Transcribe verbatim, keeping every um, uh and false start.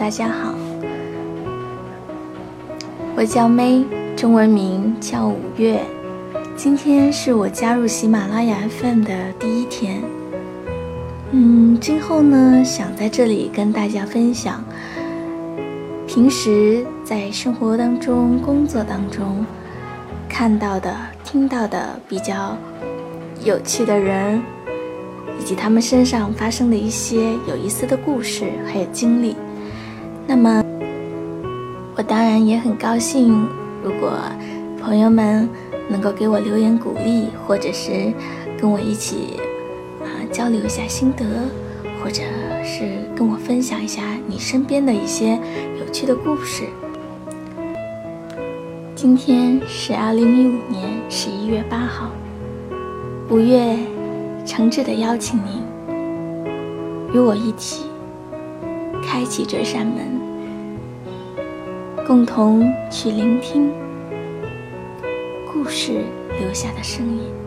大家好，我叫 May， 中文名叫五月。今天是我加入喜马拉雅 F M 的第一天。嗯，今后呢，想在这里跟大家分享平时在生活当中、工作当中看到的、听到的比较有趣的人，以及他们身上发生的一些有意思的故事还有经历。那么我当然也很高兴，如果朋友们能够给我留言鼓励，或者是跟我一起啊交流一下心得，或者是跟我分享一下你身边的一些有趣的故事。今天是二零一五年十一月八号，五月诚挚地邀请您与我一起开启这扇门，共同去聆听故事留下的声音。